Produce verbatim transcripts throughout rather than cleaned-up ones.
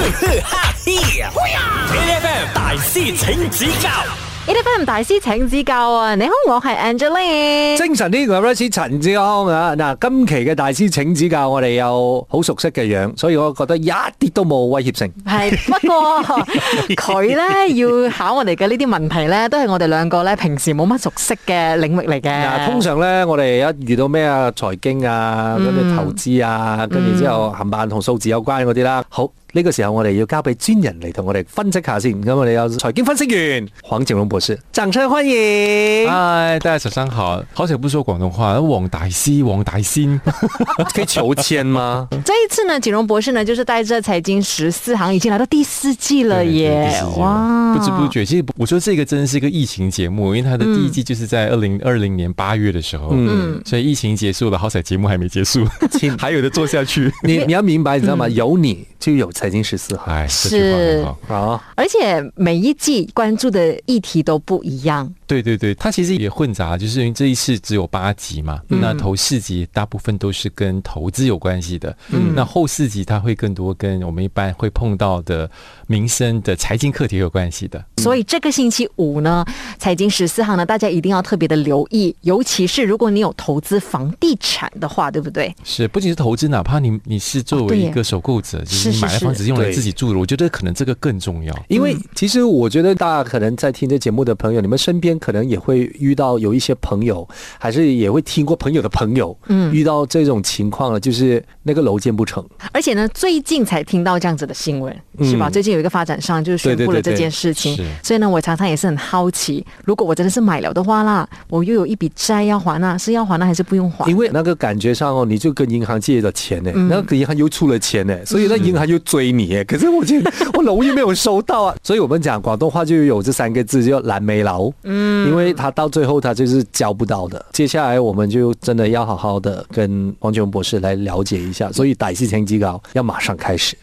A F M 大師請指教。 A F M 大師請指教啊！你好，我係 Angeline。 精神啲嘅 Royce 陳志康啊！嗱，今期嘅大師請指教，我哋有好熟悉嘅樣，所以我覺得一啲都冇威脅性。 係不過佢咧要考我哋嘅呢啲問題咧，都係我哋兩個咧平時冇乜熟悉嘅領域嚟嘅。 嗱，通常咧我哋一遇到咩啊財經啊，跟住投資啊，跟住之後冚唪唥同數字有關嗰啲啦，好。呢個時候我哋要交俾專人嚟同我哋分析下先，咁我哋有財經分析員黃景榮博士，掌聲歡迎。 嗨，大家早上好，好久不說廣東話，黃大師、黃大仙， 可以求籤嗎？ 這一次呢，景榮博士呢，就是帶着財經十四行，已經來到第四季了耶！哇， 不知不覺，其實我說這個真的是一個疫情節目，因為它的第一季就是在二零二零年八月的時候，嗯，所以疫情結束了，好彩節目還沒結束，還有的做下去。 你你要明白，你知道嗎？有你就有財經十四行， 哎， 是啊， 而且每一季關注的議題都不一樣。 對對對，它其實也混雜，就是因為這一次只有八集嘛，嗯、那頭四集大部分都是跟投資有關係的，嗯，那後四集它會更多跟我們一般會碰到的民生的財經課題有關係的。 所以這個星期五呢，財經十四行呢，大家一定要特別的留意，尤其是如果你有投資房地產的話，對不對？ 是，不僅是投資，哪怕你你是作為一個首購者，哦、就是買了房子用來自己住的，我覺得可能這個更重要。 因為其實我覺得大家可能在聽這節目的朋友，你們身邊可能也會遇到有一些朋友，還是也會聽過朋友的朋友，嗯，遇到這種情況了，就是那個樓建不成。 而且呢，最近才聽到這樣子的新聞，是吧？嗯、最近有一個發展商就是宣布了這件事情，對對對對，所以呢，我常常也是很好奇，如果我真的是買了的話啦，我又有一筆債要還啊，是要還呢，還是不用還？ 因為那個感覺上哦，你就跟銀行借了錢呢，那個銀行又出了錢呢，所以那銀行又追你誒，可是我覺得我樓又沒有收到啊，所以我們講廣東話就有這三個字叫爛尾樓，嗯，因為他到最後他就是交不到的。接下來我們就真的要好好的跟黃俊文博士來了解一下，所以大師請指教要馬上開始。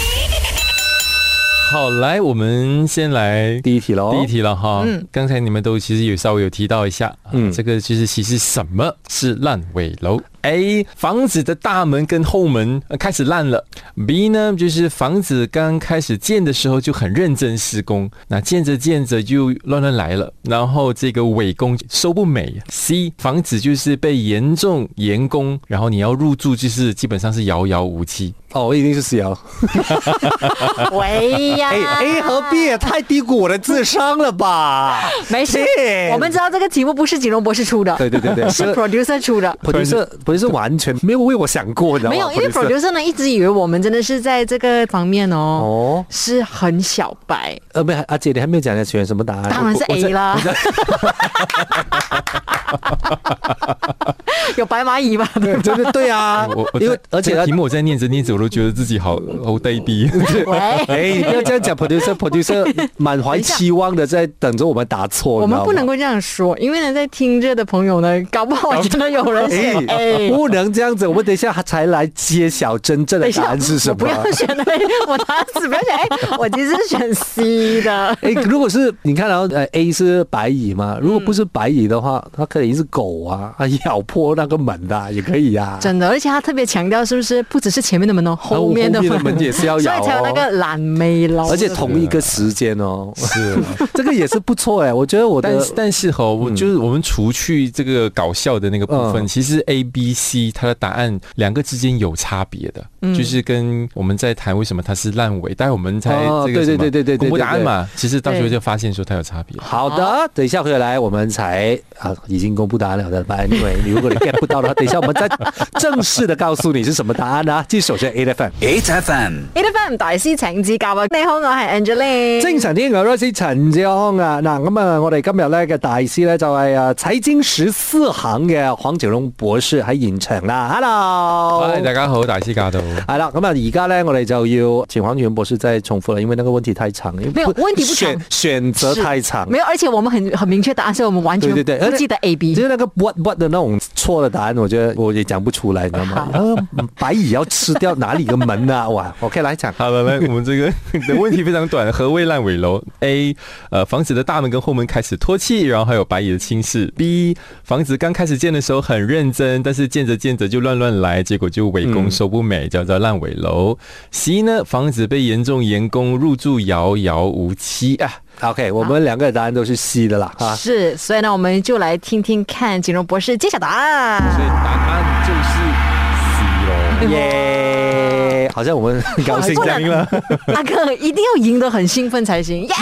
好，來，我們先來第一題咯， 第一題了哈。嗯，剛才你們都其實有稍微有提到一下，嗯，這個就是其實什麼是爛尾樓？ A 房子的大門跟後門開始爛了。B 呢，就是房子剛開始建的時候就很認真施工，那建着建着就亂亂來了，然後這個尾工收不美。C 房子就是被嚴重延工，然後你要入住就是基本上是遙遙無期。 哦，一定是 C 啊！ 喂呀 ，A A 和 B 也太低估我的智商了吧？ 沒事，我們知道這個題目不是景榮博士出的， 對對對對， 是 producer 出的 ，producer。不是完全沒有為我想過，你知道嗎？ 沒有，因為 producer 呢一直以為我們真的是在這個方面哦，哦，是很小白。呃，不，阿姐，你還沒有講你選什麼答案？當然是 A 啦。有白螞蟻吧？ 對，真的對啊。 我因為而且題目我在念着念着，我都覺得自己好好低逼。 喂，哎，你不要這樣講 ，producer，producer 滿懷期望的在等着我們答錯。 我們不能夠這樣說，因為呢，在聽着的朋友呢，搞不好真的有人選 A。 不能這樣子，我們等一下才來揭曉真正的答案是什麼。 不要選 A，我答案是不要選 A，我其實是選 C 的。 哎，如果是你看到呃 A 是白蟻嘛，如果不是白蟻的話，它可以是狗啊，啊咬破那個門的、啊、也可以啊。真的， 而且他特別強調，是不是不只是前面的門哦，後面的門， 後面的門也是要咬、哦， 所以才有那個爛尾樓， 而且同一個時間哦。 是， 這個也是不錯哎，我覺得我的， 但是但是吼，我就是我們除去這個搞笑的那個部分，嗯、其實 A、B、C 它的答案兩個之間有差別的，嗯、就是跟我們在談為什麼它是爛尾，待會我們才這個什麼公布答案嘛，其實到時候就發現說它有差別。 好的，等一下回來我們才啊已經公布答案了的，反正因為如果你 get 不到的話，等一下我們再正式的告訴你是什麼答案啊。繼續守住 A F M，A F M，A F M 大師請指教啊！你好，我係 Angeline，精神啲嘅 Royce 陳志康啊。嗱咁啊，我哋今日咧嘅大師咧就係啊財經十四行嘅黃景榮博士喺現場啦。Hello， 嗨，大家好，大師駕到。 係啦，咁啊而家咧我哋就要請黃景榮博士再重複啦，因為那個問題太長， 沒有問題不長， 選擇太長， 沒有，而且我們很很明確答案，所以我們完全不記得 A B， 就是那個 what what 的那種错的答案，我觉得我也讲不出来，你知道吗？呃，白蚁要吃掉哪里个门啊？哇 ，OK， 来讲。 好了，来，我们这个的问题非常短。何谓烂尾楼 ？A， 呃，房子的大门跟后门开始脱气，然后还有白蚁的侵蚀。B， 房子刚开始建的时候很认真，但是建着建着就乱乱来，结果就伪工收不美，叫做烂尾楼。C 呢，房子被严重延工，入住遥遥无期啊。 OK， 我们两个答案都是 C 的啦，啊， 是，所以呢，我们就来听听看锦荣博士揭晓答案。 所以答案就是 C 咯， 耶！好像我们很高兴赢了。 阿哥一定要赢得很兴奋才行，耶！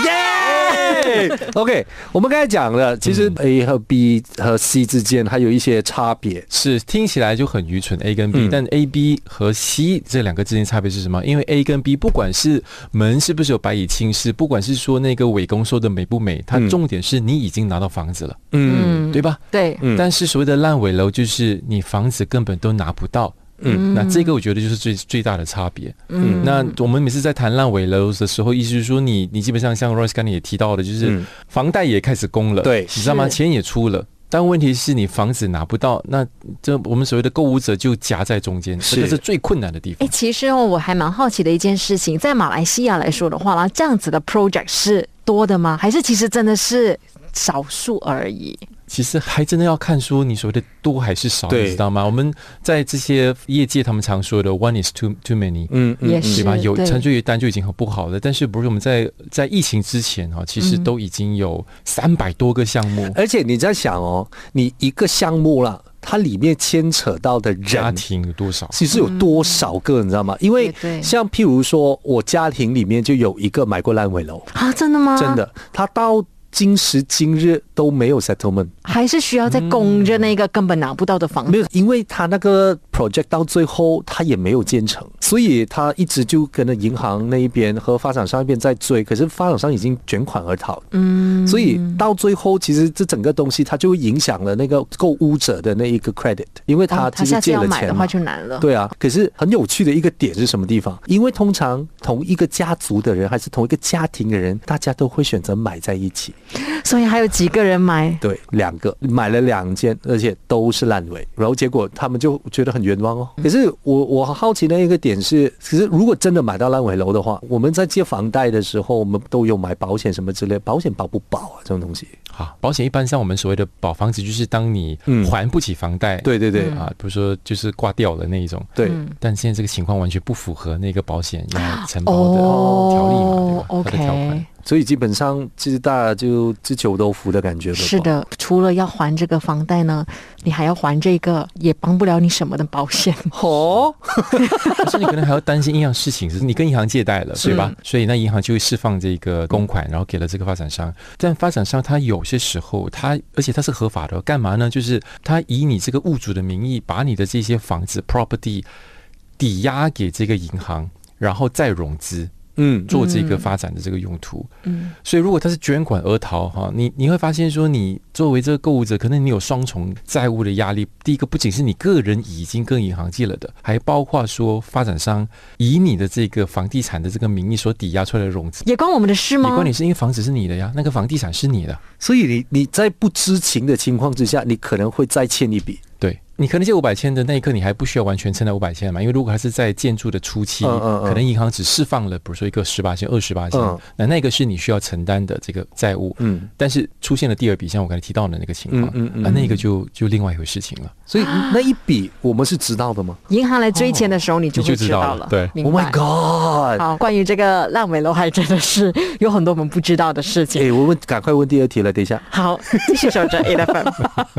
OK， 我们刚才讲了，其实 A 和 B 和 C 之间还有一些差别， 是听起来就很愚蠢 A 跟 B，、嗯、但 A、B 和 C 这两个之间差别是什么？因为 A 跟 B 不管是门是不是有白蚁侵蚀，不管是说那个伪工收的美不美，它重点是你已经拿到房子了，嗯，对吧？ 对， 嗯、但是所谓的烂尾楼就是你房子根本都拿不到。嗯，那这个我觉得就是最最大的差别。嗯，那我们每次在谈烂尾楼的时候，意思是说你你基本上像 Royce 刚才也提到的，就是房贷也开始供了， 对， 你知道吗？钱也出了。但问题是你房子拿不到，那这我们所谓的购物者就夹在中间，这个是最困难的地方。 哎，其实哦，我还蛮好奇的一件事情，在马来西亚来说的话啦，这样子的 project 是多的吗？还是其实真的是少数而已？ 其实还真的要看说你所谓的多还是少，你知道吗？我们在这些业界，他们常说的 one is too too many， 嗯，也是对吧？有成就一单就已经很不好了，但是不是我们在在疫情之前哈，其实都已经有三百多个项目， 而且你在想哦，你一个项目啦，它里面牵扯到的人家庭有多少？ 其实有多少个，你知道吗？因为像譬如说，我家庭里面就有一个买过烂尾楼啊，真的吗？ 真的，他到今时今日都没有 settlement， 还是需要再供着那个根本拿不到的房子。 没有，因为他那个 project 到最后他也没有建成，所以他一直就跟着银行那一边和发展商那边在追，可是发展商已经卷款而逃。嗯，所以到最后其实这整个东西它就会影响了那个购屋者的那一个 credit， 因为他其实借了钱嘛，哦，他下次要买的话就难了。对啊，可是很有趣的一个点是什么地方？因为通常同一个家族的人还是同一个家庭的人，大家都会选择买在一起。 所以还有几个人买？ 对，两个买了两间，而且都是烂尾，然后结果他们就觉得很冤枉哦。可是我我好奇的一个点是，其实如果真的买到烂尾楼的话，我们在借房贷的时候，我们都有买保险什么之类，保险保不保啊？这种东西？ 好，保险一般像我们所谓的保房子，就是当你还不起房贷， 嗯、对对对啊，比如说就是挂掉了那一种， 对。 但现在这个情况完全不符合那个保险要承保的条例嘛，对吧？ 哦、 它的条款。 所以基本上其实大家就自求多福的感觉了。 是的，除了要还这个房贷呢，你还要还这个，也帮不了你什么的保险。 哦， 可是你可能还要担心一样事情，是你跟银行借贷了，对吧？所以那银行就会释放这个公款，然后给了这个发展商。但发展商他有些时候他，而且他是合法的，干嘛呢？就是他以你这个物主的名义，把你的这些房子 property 抵押给这个银行，然后再融资。嗯，做这个发展的这个用途，嗯，所以如果他是卷款而逃哈，你你会发现说，你作为这个购物者，可能你有双重债务的压力。第一个，不仅是你个人已经跟银行借了的，还包括说发展商以你的这个房地产的这个名义所抵押出来的融资， 也关我们的事吗？ 也关你事，因为房子是你的呀，那个房地产是你的， 所以你你在不知情的情况之下，你可能会再欠一笔。 对，你可能借五百千的那一刻，你还不需要完全撑到五百千嘛？因为如果它是在建筑的初期，嗯嗯嗯可能银行只释放了，比如说一个十八千、二十八千，那那个是你需要承担的这个债务。嗯，但是出现了第二笔，像我刚才提到的那个情况，嗯嗯嗯啊，那个就就另外一回事情了。 所以那一笔我们是知道的吗？ 银行来追钱的时候，你就会知道了。 哦、对 ，Oh my God！ 好，关于这个烂尾楼，还真的是有很多我们不知道的事情。 哎、欸，我问，赶快问第二题了，等一下。 好，继续守着 A F M。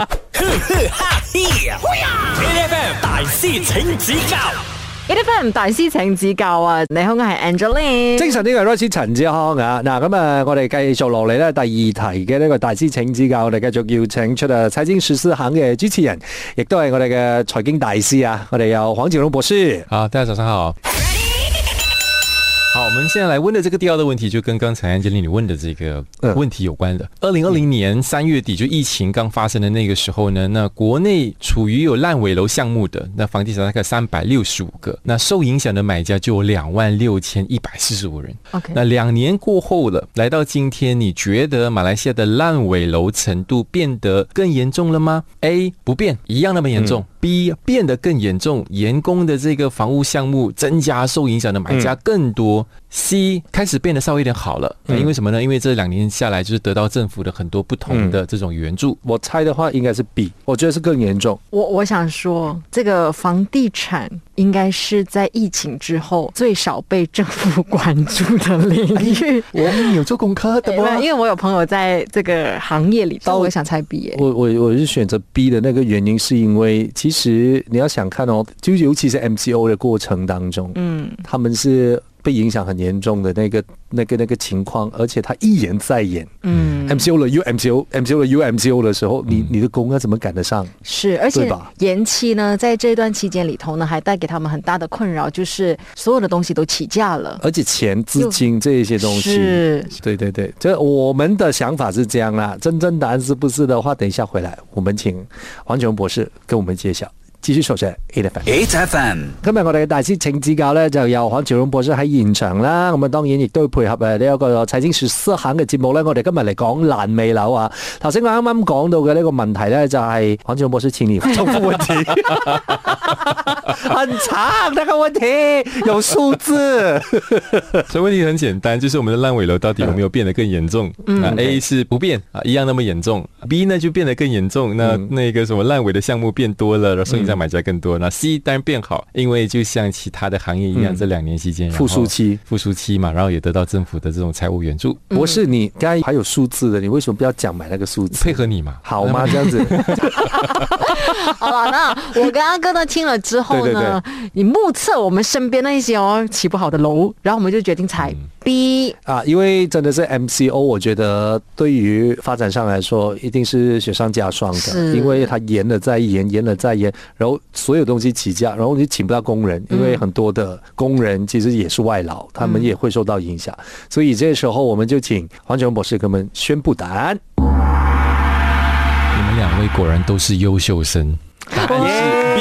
A F M 大師請指教 ，A F M 大師請指教啊！你好，我係 Angeline， 精神呢個 Royce 陳志康啊！嗱，咁啊，我哋繼續落嚟咧，第二題嘅呢個大師請指教，我哋繼續要請出啊財經十四行嘅主持人，亦都係我哋嘅財經大師啊！我哋有黃錦榮博士。 好，大家早上好。好，我我们现在来问的这个第二个问题，就跟刚才安吉丽你问的这个问题有关的。二零二零年三月底，就疫情刚发生的那个时候呢，那国内处于有烂尾楼项目的那房地产大概三百六十五个，那受影响的买家就有两万六千一百四十五人。 OK， 那两年过后了，来到今天，你觉得马来西亚的烂尾楼程度变得更严重了吗 ？A 不变，一样那么严重。嗯B 变得更严重，严工的这个房屋项目增加，受影响的买家更多。嗯、C 开始变得稍微有点好了，嗯、因为什么呢？因为这两年下来就是得到政府的很多不同的这种援助。 嗯、我猜的话应该是 B， 我觉得是更严重。 我我想说，这个房地产应该是在疫情之后最少被政府关注的领域。 我们有做功课的吗？ 因为我有朋友在这个行业里，所以我想猜 B 耶。 我我我是选择 B 的那个原因是因为其实。其实你要想看哦，就尤其是 M C O 的过程当中，嗯，他们是被影响很严重的那个、那个、那个情况，而且他一延再延，嗯 ，M C O 了又 M C O，M C O 了又 M C O 的时候，你你的工要怎么赶得上？ 是，而且延期呢，在这段期间里头呢，还带给他们很大的困扰，就是所有的东西都起价了， 而且钱、资金这一些东西， 是， 对对对，这我们的想法是这样啦，真正答案是不是的話，等一下回來，我們請黃錦榮博士跟我們揭曉。繼續守住 eight F M。eight F M 今日我哋嘅大師請指教咧，就由黃錦榮博士喺現場啦。咁啊，當然亦都要配合誒呢一個財經十四行嘅節目咧。我哋今日嚟講爛尾樓啊。頭先我啱啱講到嘅呢個問題咧，就係黃錦榮博士請你重複問題，很長那個問題，有數字。 所以問題很簡單，就是我們的爛尾樓到底有沒有變得更嚴重？嗯、啊 A 是不變啊，一樣那麼嚴重。B 呢就變得更嚴重，那那個什麼爛尾的項目變多了，然後讓買家更多，那 C 當然變好，因為就像其他的行業一樣，嗯、這兩年期間復甦期， 復甦期嘛，然後也得到政府的這種財務援助。 博士，你剛才還有數字的，你為什麼不要講買那個數字？ 配合你嘛， 好嗎？這樣子。 好了，那我跟阿哥呢聽了之後呢，對對對，你目測我們身邊那些哦起不好的樓，然後我們就決定採 B、 嗯、啊，因為真的是 M C O， 我覺得對於發展上來說，一定是雪上加霜的，因為它延了再延，延了再延。然後所有東西起價，然後你請不到工人，因為很多的工人其實也是外勞，他們也會受到影響。所以這個時候，我們就請黃錦榮博士給我們宣布答案。 你們兩位果然都是優秀生，答案是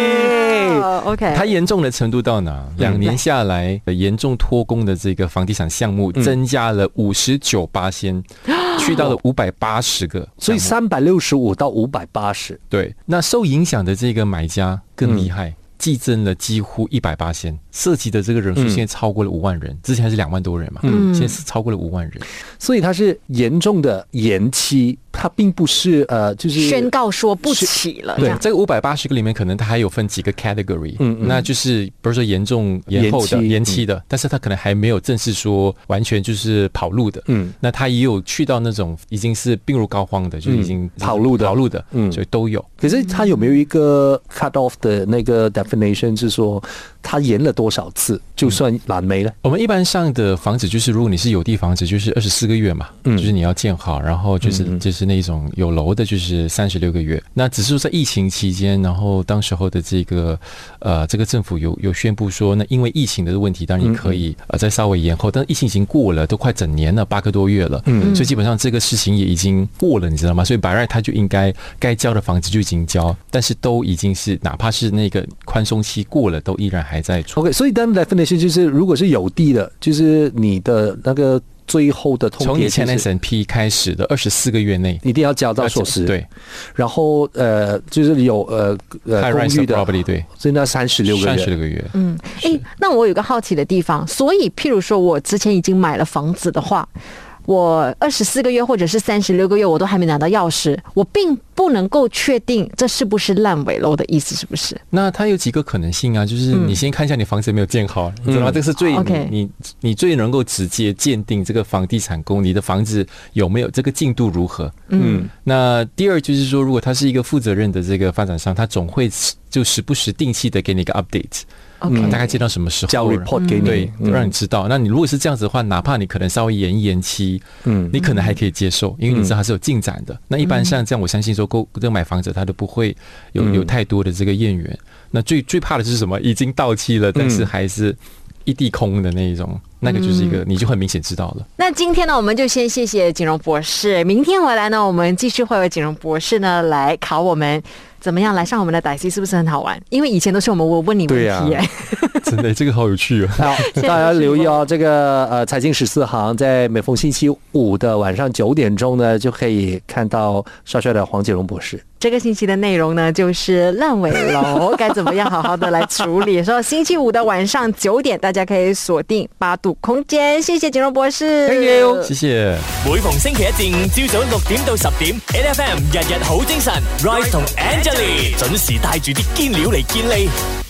B。OK， 它嚴重的程度到哪？兩年下來，嚴重脫工的這個房地產項目增加了五十九巴仙。去到了五百八十個， 所以三百六十五到五百八十。 對，那受影響的這個買家更厲害，激增了幾乎一百巴仙，涉及的這個人數現在超過了五萬人，之前還是兩萬多人嘛，嗯，現在是超過了五萬人， 所以它是嚴重的延期。它並不是呃，就是宣告說不起了。 對，這個五百八十個裡面，可能它還有分幾個 category，嗯，嗯，那就是比如說嚴重延後的、延期的，嗯，但是它可能還沒有正式說完全就是跑路的，嗯，那它也有去到那種已經是病入膏肓的，就已經跑路的、 跑路的，嗯，所以都有。 可是它有沒有一個 cut off 的那個 definition，是說它延了多少次就算爛尾了？ 我們一般上的房子就是，如果你是有地房子，就是二十四個月嘛，嗯，就是你要建好，然後就是就是那種有樓的，就是三十六個月。那只是說在疫情期間，然後當時候的這個呃，這個政府有有宣布說，那因為疫情的問題，當然你可以呃再稍微延後，但疫情已經過了，都快整年了，八個多月了，嗯，所以基本上這個事情也已經過了，你知道嗎？所以by right他就應該該交的房子就已經交，但是都已經是哪怕是那個寬鬆期過了，都依然還在出。 OK， 所以當 definition 就是，如果是有地的，就是你的那個。最後的通牒從你簽 S and P 開始的二十四個月內， 一定要交到鎖匙。 對， 然後呃，就是有呃呃公寓的， 對， 所以那三十六個月， 三十六個月。 嗯，誒，那我有個好奇的地方，所以譬如說我之前已經買了房子的話，我二十四個月或者是三十六個月我都還沒拿到鑰匙，我並不能夠確定這是不是爛尾樓的意思，是不是？ 那它有幾個可能性啊，就是你先看一下你房子有沒有建好，嗯、你知道嗎？這個是最、嗯、你你最能夠直接鑑定這個房地產公，你的房子有沒有這個進度如何？嗯，那第二就是說，如果他是一個負責任的這個發展商，他總會就時不時定期的給你一個 update。OK， 大概見到什麼時候交 report 給你， 對，嗯、讓你知道。那你如果是這樣子的話，哪怕你可能稍微延一延期，嗯，你可能還可以接受，因為你知道它是有進展的。嗯、那一般像這樣，我相信說購這個買房者他都不會有有太多的這個怨言。那最最怕的是什麼？已經到期了，但是還是一地空的那一种，那个就是一个、嗯、你就很明显知道了。 那今天呢，我们就先谢谢锦荣博士，明天回来呢，我们继续会有锦荣博士呢来考我们。怎么样来上我们的歹戏是不是很好玩？因为以前都是我们我问你问题耶、啊， 真的这个好有趣哦。 好，大家留意哦，这个呃财经十四行在每逢星期五的晚上九点钟呢，就可以看到帅帅的黄锦荣博士。 这个星期的内容呢，就是烂尾楼该怎么样好好的来处理。说星期五的晚上九点，大家可以锁定八度空间。谢谢锦荣博士 ，Thank you， 谢谢。 每逢星期一至五朝早六點到十點 ，A F M 日日好精神 ，Rise 同 Angelie 準時帶住啲堅料嚟見你。